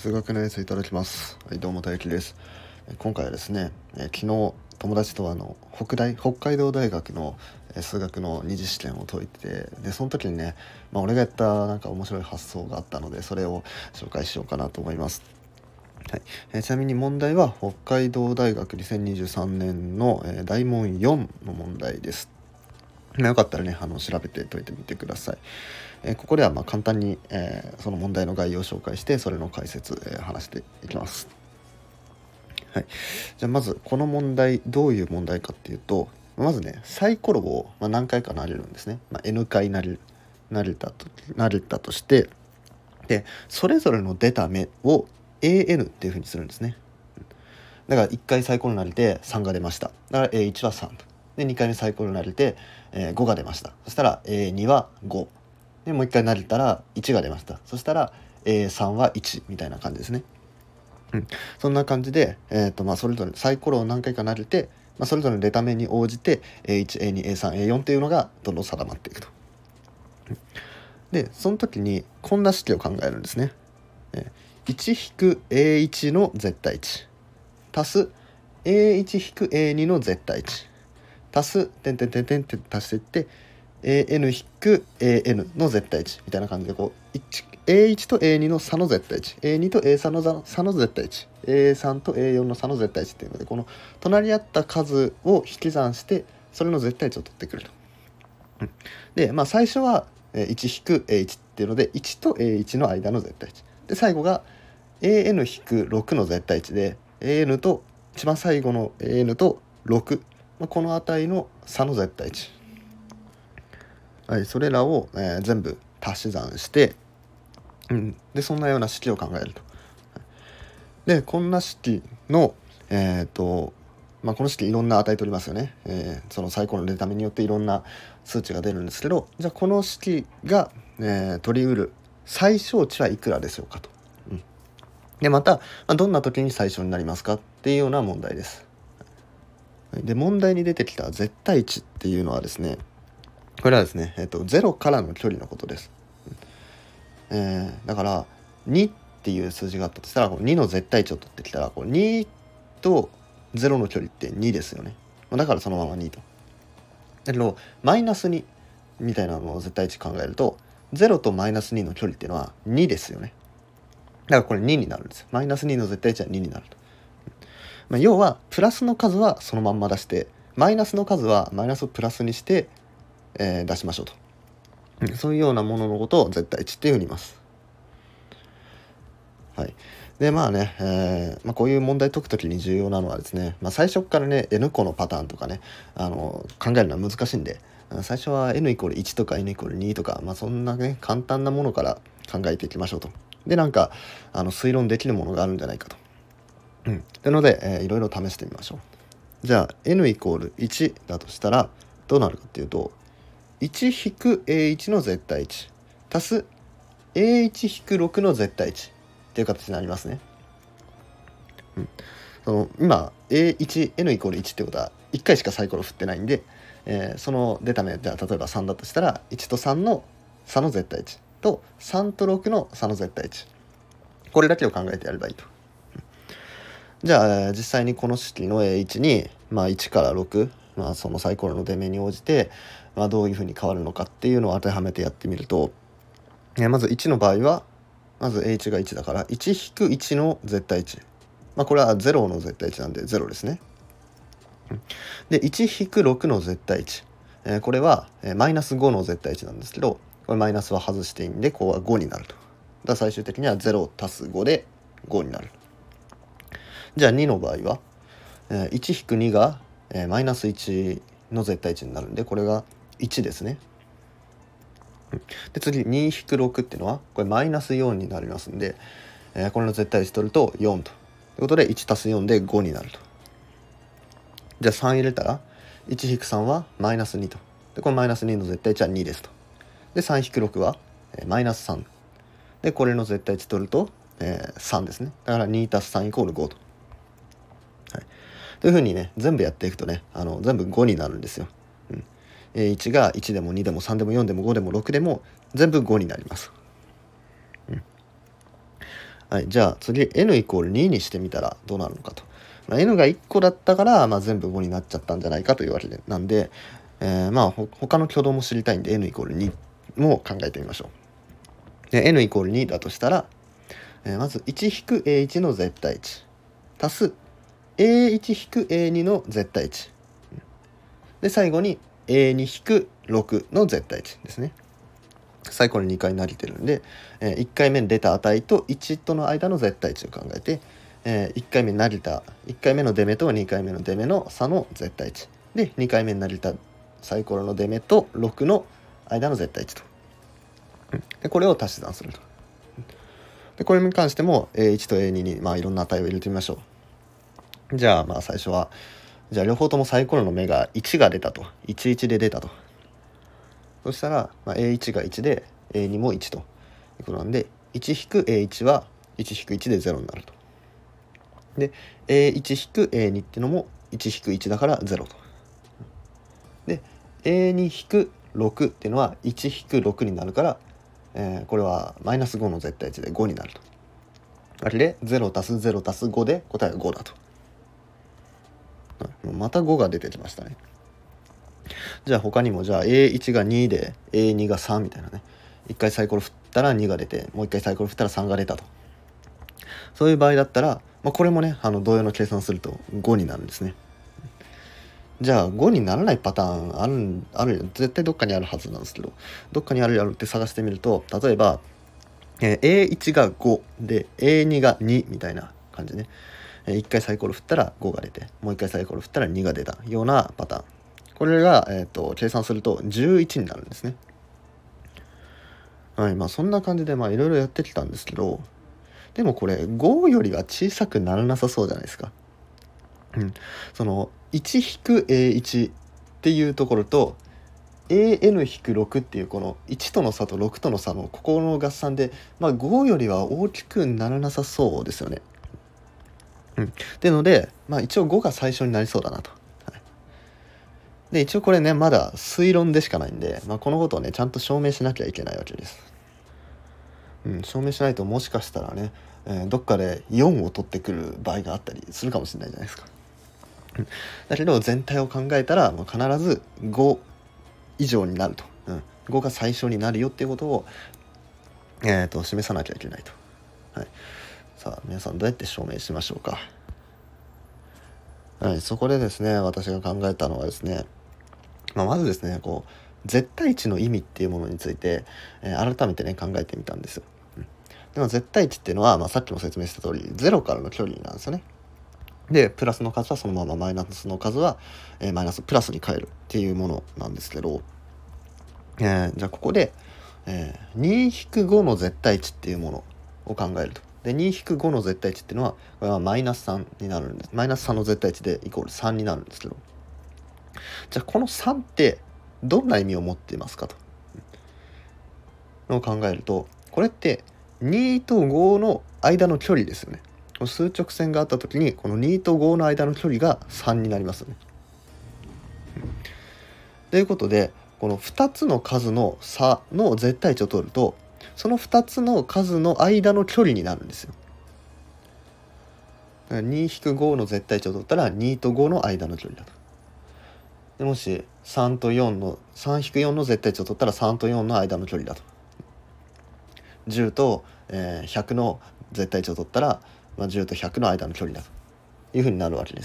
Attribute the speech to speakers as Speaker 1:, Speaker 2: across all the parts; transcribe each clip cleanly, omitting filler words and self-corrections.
Speaker 1: 数学の演奏いただきます。はい、どうも大輝です。今回はですね、昨日友達と北海道大学の数学の二次試験を解いて、でその時にね、俺がやったなんか面白い発想があったので、それを紹介しようかなと思います。はい。ちなみに問題は北海道大学2023年の、大問4の問題です。よかったらね、調べて解いてみてください。ここでは簡単に、その問題の概要を紹介して、それの解説、話していきます。はい。じゃあまずこの問題どういう問題かっていうと、まずねサイコロを、何回か投げるんですね。N 回投げたとして、でそれぞれの出た目を AN っていう風にするんですね。だから1回サイコロ投げて3が出ました。だから A1 は3と。で2回目サイコロ投げて、5が出ました。そしたら A2 は5。でもう1回投げたら1が出ました。そしたら A3 は1みたいな感じですね。そんな感じで、それぞれサイコロを何回か投げて、それぞれの出た目に応じて A1、A2、A3、A4 っていうのがどんどん定まっていくと。でその時にこんな式を考えるんですね。1-A1 の絶対値足す A1-A2 の絶対値足す点々点々って足していって AN-AN の絶対値みたいな感じでA1 と A2 の差の絶対値 A2 と A3 の差の絶対値 A3 と A4 の差の絶対値っていうので、この隣り合った数を引き算してそれの絶対値を取ってくると。で最初は 1-A1 っていうので1と A1 の間の絶対値で、最後が AN-6 の絶対値で AN と一番最後の AN と6、この値の差の絶対値、それらを、全部足し算して、でそんなような式を考えると。でこんな式のこの式いろんな値取りますよね。そのサイコロの出た目によっていろんな数値が出るんですけど、じゃあこの式が、取り得る最小値はいくらでしょうかと。でまた、どんな時に最小になりますかっていうような問題です。で問題に出てきた絶対値っていうのはですね、これはですね、0からの距離のことです。だから2っていう数字があったとしたら、この2の絶対値を取ってきたら、こう2と0の距離って2ですよね。だからそのまま2と。だけどマイナス2みたいなのを絶対値考えると、0とマイナス2の距離っていうのは2ですよね。だからこれ2になるんですよ。マイナス2の絶対値は2になると。要はプラスの数はそのまんま出して、マイナスの数はマイナスをプラスにして、出しましょうと。そういうようなもののことを絶対値っていうふうに言います。はい。でこういう問題解くときに重要なのはですね、最初からね N 個のパターンとかね、考えるのは難しいんで、最初は N=1 とか N=2 とか、そんなね簡単なものから考えていきましょうと。で推論できるものがあるんじゃないかと。なので、いろいろ試してみましょう。じゃあ N=1 だとしたらどうなるかっていうと、1-A1 の絶対値足す A1-6 の絶対値っていう形になりますね。今 A1N=1 ってことは1回しかサイコロ振ってないんで、その出た目じゃあ例えば3だとしたら、1と3の差の絶対値と3と6の差の絶対値、これだけを考えてやればいいと。じゃあ実際にこの式の A1 に、1から6、そのサイコロの出目に応じて、どういうふうに変わるのかっていうのを当てはめてやってみると、まず1の場合はまず A1 が1だから 1-1 の絶対値、これは0の絶対値なんで0ですね。で 1-6 の絶対値、これはマイナス5の絶対値なんですけど、これマイナスは外していいんで、ここは5になると。だから最終的には0足す5で5になる。じゃあ2の場合は、1-2 が、マイナス1の絶対値になるんで、これが1ですね。で次 2-6 っていうのはこれマイナス4になりますんで、これの絶対値取ると4ということで 1+4 で5になると。じゃあ3入れたら 1-3 はマイナス2と。でこのマイナス2の絶対値は2ですと。で 3-6 はマイナス3で、これの絶対値取ると、3ですね。だから 2+3=5 と。というふうにね全部やっていくとね、全部5になるんですよ。1が1でも2でも3でも4でも5でも6でも全部5になります。 はい、じゃあ次 n イコール2にしてみたらどうなるのかと。n が1個だったから、全部5になっちゃったんじゃないかというわけでなんで、他の挙動も知りたいんで n イコール2も考えてみましょう。で n イコール2だとしたら、まず 1-a1 の絶対値足す a1-a2 の絶対値で最後に a2-6 の絶対値ですね。サイコロ2回投げてるんで、1回目に出た値と1との間の絶対値を考えて、1回目に投げた1回目の出目と2回目の出目の差の絶対値で2回目に投げたサイコロの出目と6の間の絶対値と、でこれを足し算すると。でこれに関しても A1 と A2 にいろんな値を入れてみましょう。じゃあ最初はじゃあ両方ともサイコロの目が1が出たと11で出たと。そしたら、A1 が1で A2 も1ということなんで 1-A1 は 1-1 で0になると。で A1-A2 っていうのも 1-1 だから0と。で A2-6 っていうのは 1-6 になるから、これはマイナス5の絶対値で5になると。あれで 0+0+5 で答えが5だと。また5が出てきましたね。じゃあ他にもじゃあ A1 が2で A2 が3みたいなね。1回サイコロ振ったら2が出てもう1回サイコロ振ったら3が出たと。そういう場合だったら、これもね同様の計算すると5になるんですね。じゃあ5にならないパターンある絶対どっかにあるはずなんですけど、どっかにあるって探してみると、例えば、A1 が5で A2 が2みたいな感じね。1回サイコロ振ったら5が出てもう1回サイコロ振ったら2が出たようなパターン、これが、計算すると11になるんですね。はい、そんな感じでいろいろやってきたんですけど、でもこれ5よりは小さくならなさそうじゃないですか。その 1-A1 っていうところと AN-6 っていうこの1との差と6との差のここの合算で、5よりは大きくならなさそうですよね。っていうので、一応5が最初になりそうだなと。で一応これねまだ推論でしかないんで、このことをねちゃんと証明しなきゃいけないわけです。証明しないともしかしたらね、どっかで4を取ってくる場合があったりするかもしれないじゃないですか。だけど全体を考えたら、必ず5以上になると、5が最初になるよっていうことを、示さなきゃいけないと。さあ皆さんどうやって証明しましょうか。そこでですね私が考えたのはですね、まずですね絶対値の意味っていうものについて、改めてね考えてみたんですよ。でも絶対値っていうのは、さっきも説明した通り0からの距離なんですよね。でプラスの数はそのままマイナスの数は、マイナスプラスに変えるっていうものなんですけど、じゃあここで、2-5の絶対値っていうものを考えると。で 2-5 の絶対値っていうのはこれはマイナス3になるんです。マイナス3の絶対値でイコール3になるんですけど、じゃあこの3ってどんな意味を持っていますかとのを考えると、これって2と5の間の距離ですよね。数直線があった時にこの2と5の間の距離が3になりますよね。ということでこの2つの数の差の絶対値を取るとその2つの数の間の距離になるんですよ。2-5の絶対値を取ったら2と5の間の距離だと。でもし3と4の3-4の絶対値を取ったら3と4の間の距離だと。10と、100の絶対値を取ったら、10と100の間の距離だというふうになるわけです。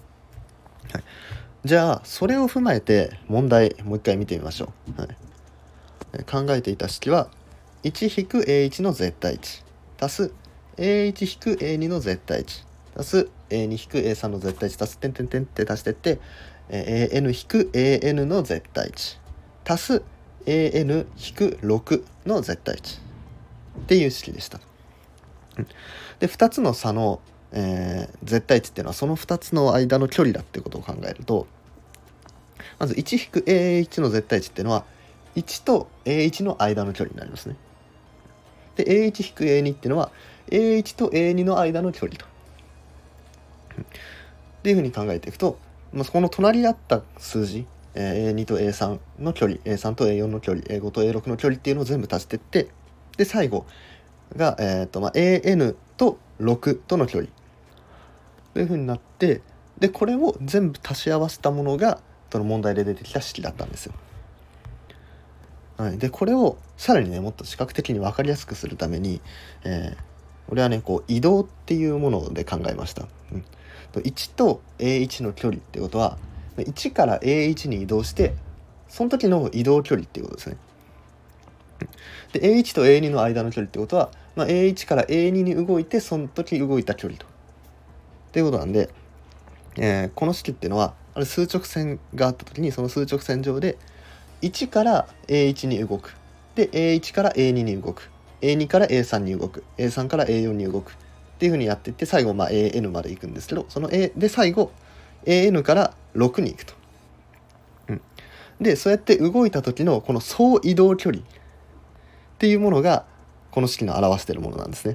Speaker 1: じゃあそれを踏まえて問題もう一回見てみましょう。考えていた式は 1-A1 の絶対値足す A1-A2 の絶対値足す A2-A3 の絶対値足す点って足してって、AN-AN の絶対値足す AN-6 の絶対値っていう式でした。で2つの差の、絶対値っていうのはその2つの間の距離だっていうことを考えると、まず 1-A1 の絶対値っていうのは1と A1 の間の距離になりますね。で A1-A2 っていうのは A1 と A2 の間の距離と。っていうふうに考えていくと、この隣り合った数字、A2 と A3 の距離 A3 と A4 の距離 A5 と A6 の距離っていうのを全部足していって、で最後が、AN と6との距離というふうになって、でこれを全部足し合わせたものがその問題で出てきた式だったんですよ。はい、でこれをさらにねもっと視覚的に分かりやすくするために、俺はねこう移動っていうもので考えました。1と A1 の距離っていうことは1から A1 に移動してその時の移動距離っていうことですね。で A1 と A2 の間の距離ってことは、A1 から A2 に動いてその時動いた距離とっていうことなんで、この式っていうのはある数直線があった時にその数直線上で1から A1 に動く、で A1 から A2 に動く、A2 から A3 に動く、A3 から A4 に動くっていう風にやっていって最後AN まで行くんですけど、その A で最後 AN から6に行くと。でそうやって動いた時のこの総移動距離っていうものがこの式の表しているものなんですね。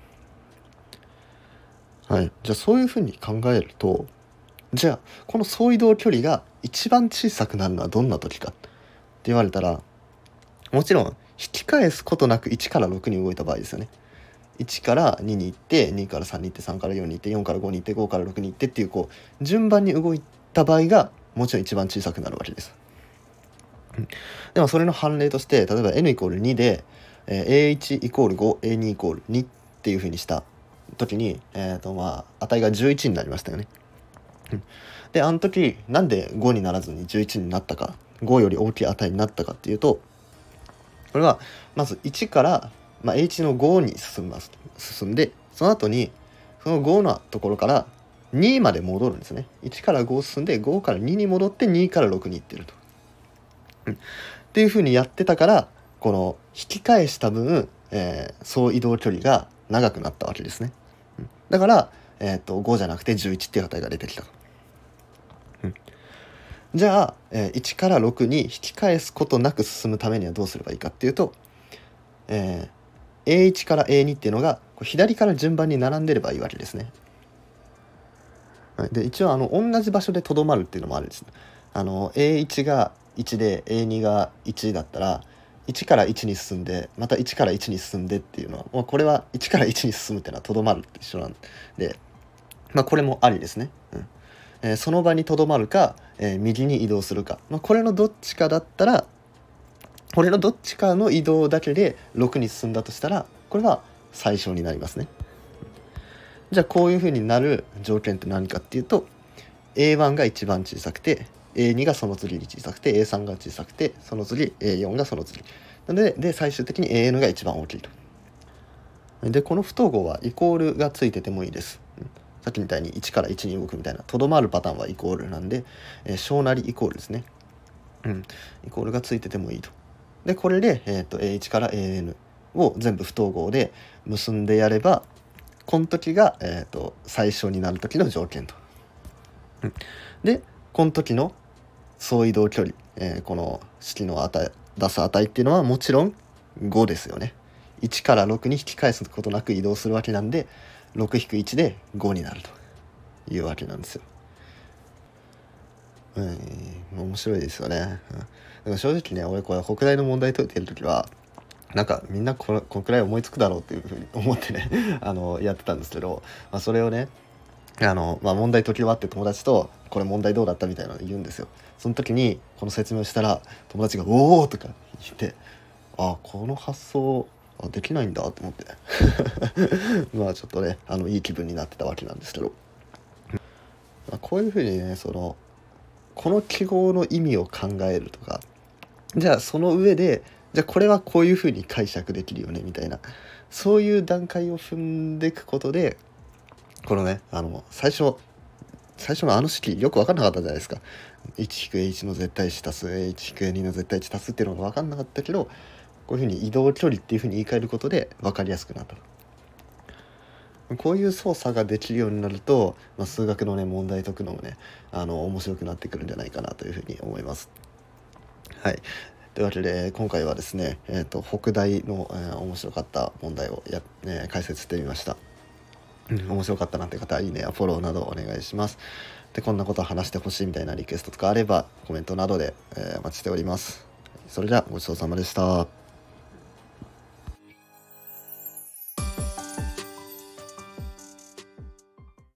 Speaker 1: はい、じゃあそういう風に考えると、じゃあこの総移動距離が一番小さくなるのはどんな時かって言われたら、もちろん引き返すことなく1から6に動いた場合ですよね。1から2に行って2から3に行って3から4に行って4から5に行って5から6に行ってっていうこう順番に動いた場合がもちろん一番小さくなるわけです。でもそれの判例として例えば n イコール2で、A1 イコール 5A2 イコール2っていう風にした時に、値が11になりましたよね。であの時なんで5にならずに11になったか、5より大きい値になったかっていうと、これはまず1から、H の5に進んでその後にその5のところから2まで戻るんですね。1から5進んで5から2に戻って2から6に行ってると、っていう風にやってたからこの引き返した分、総移動距離が長くなったわけですね。だから、5じゃなくて11っていう値が出てきた。じゃあ、1から6に引き返すことなく進むためにはどうすればいいかっていうと、A1 から A2 っていうのが左から順番に並んでればいいわけですね。で一応同じ場所でとどまるっていうのもあるんです。A1 が1で A2 が1だったら1から1に進んでまた1から1に進んでっていうのは、これは1から1に進むっていうのはとどまるって一緒なんで、これもありですね。その場にとどまるか、右に移動するか、これのどっちかだったらこれのどっちかの移動だけで6に進んだとしたらこれは最小になりますね。じゃあこういう風になる条件って何かっていうと A1 が一番小さくて A2 がその次に小さくて A3 が小さくてその次 A4 がその次なので最終的に AN が一番大きいと。でこの不等号はイコールがついててもいいです。さっきみたいに1から1に動くみたいなとどまるパターンはイコールなんで、小なりイコールですね。イコールがついててもいいと。でこれで、A1 から AN を全部不等号で結んでやればこの時が、最小になる時の条件と。でこの時の総移動距離、この式の出す値っていうのはもちろん5ですよね。1から6に引き返すことなく移動するわけなんで 6-1 で5になるというわけなんですよ。面白いですよね。だから正直ね俺これ北大の問題解いてる時はなんかみんなこのくらい思いつくだろうっていうふうに思ってねやってたんですけど、それをね問題解き終わって友達とこれ問題どうだったみたいなの言うんですよ。その時にこの説明をしたら友達がおおとか言って、この発想できないんだと思ってちょっとねいい気分になってたわけなんですけど、こういうふうにねこの記号の意味を考えるとか、じゃあその上でじゃあこれはこういうふうに解釈できるよねみたいな、そういう段階を踏んでいくことでこのね最初の式よく分かんなかったじゃないですか。1-A1 の絶対値足す A1-A2 の絶対値足すっていうのが分かんなかったけど、こういうふうに移動距離っていうふうに言い換えることで分かりやすくなった。こういう操作ができるようになると、数学のね問題解くのもね面白くなってくるんじゃないかなというふうに思います。はい、というわけで今回はですね、北大の、面白かった問題を解説してみました。面白かったなって方はいいねやフォローなどお願いします。でこんなことを話してほしいみたいなリクエストとかあればコメントなどで、お待ちしております。それではごちそうさまでした。